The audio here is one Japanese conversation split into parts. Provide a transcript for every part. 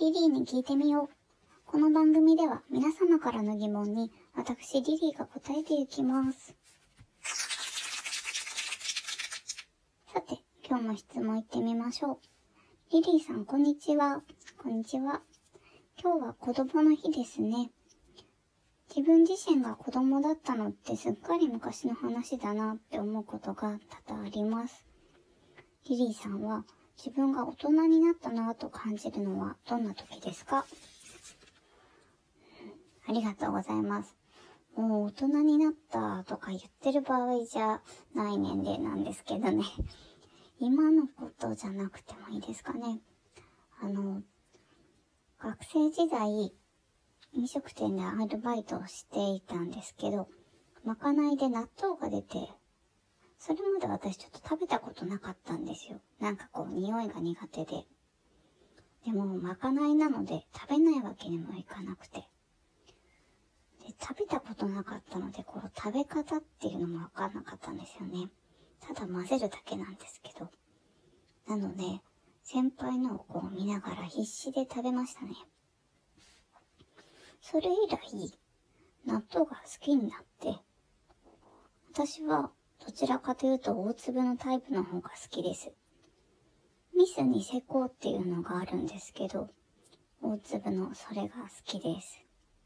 リリーに聞いてみよう。この番組では皆様からの疑問に私リリーが答えていきます。さて、今日の質問いってみましょう。リリーさん、こんにちは。こんにちは。今日は子供の日ですね。自分自身が子供だったのってすっかり昔の話だなって思うことが多々あります。リリーさんは自分が大人になったなと感じるのはどんな時ですか？ありがとうございます。もう大人になったとか言ってる場合じゃない年齢なんですけどね。今のことじゃなくてもいいですかね。学生時代、飲食店でアルバイトをしていたんですけど、まかないで納豆が出て、それまで私ちょっと食べたことなかったんですよ。なんか匂いが苦手で。でもまかないなので食べないわけにもいかなくて。で、食べたことなかったので、食べ方っていうのもわかんなかったんですよね。ただ混ぜるだけなんですけど。なので、先輩のを見ながら必死で食べましたね。それ以来、納豆が好きになって、私はどちらかというと大粒のタイプの方が好きです。ミスニセコっていうのがあるんですけど、大粒のそれが好きです。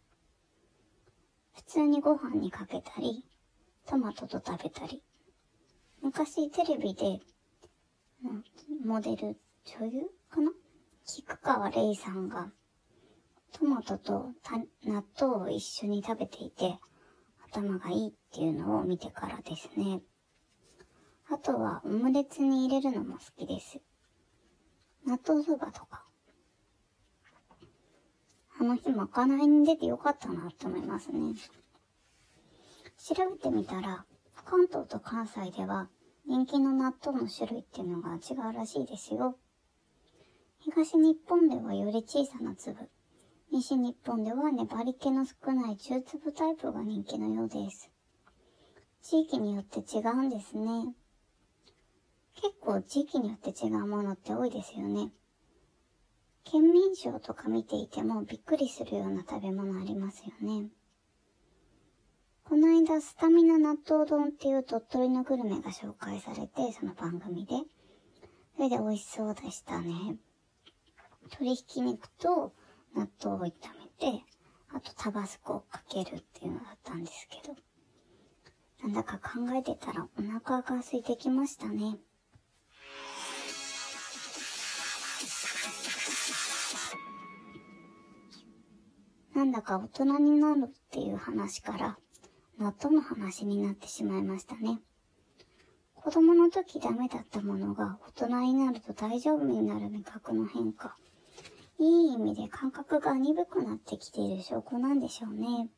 普通にご飯にかけたり、トマトと食べたり。昔テレビで、モデル、女優かな？菊川玲さんがトマトと納豆を一緒に食べていて、頭がいいっていうのを見てからですね。あとはオムレツに入れるのも好きです。納豆そばとか。あの日まかないに出てよかったなって思いますね。調べてみたら、関東と関西では人気の納豆の種類っていうのが違うらしいですよ。東日本ではより小さな粒、西日本では粘り気の少ない中粒タイプが人気のようです。地域によって違うんですね。結構地域によって違うものって多いですよね。県民賞とか見ていてもびっくりするような食べ物ありますよね。この間スタミナ納豆丼っていう鳥取のグルメが紹介されて、その番組で。それで美味しそうでしたね。鶏ひき肉と納豆を炒めて、あとタバスコをかけるっていうのだったんですけど。なんだか考えてたらお腹が空いてきましたね。なんだか大人になるっていう話から納豆の話になってしまいましたね。子供の時ダメだったものが大人になると大丈夫になる味覚の変化。いい意味で感覚が鈍くなってきている証拠なんでしょうね。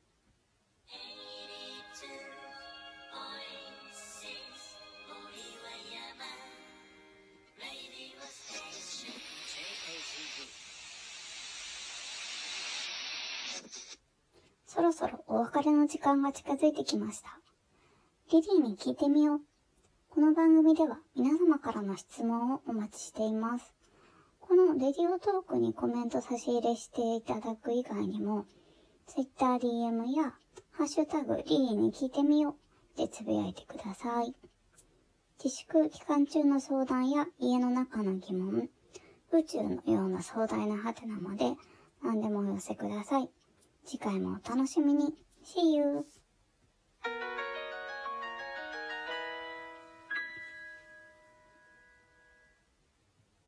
そろそろお別れの時間が近づいてきました。リリーに聞いてみよう。この番組では皆様からの質問をお待ちしています。このレディオトークにコメント差し入れしていただく以外にも、Twitter DM やハッシュタグリリーに聞いてみようでつぶやいてください。自粛期間中の相談や家の中の疑問、宇宙のような壮大なハテナまで何でもお寄せください。次回もお楽しみに。See you!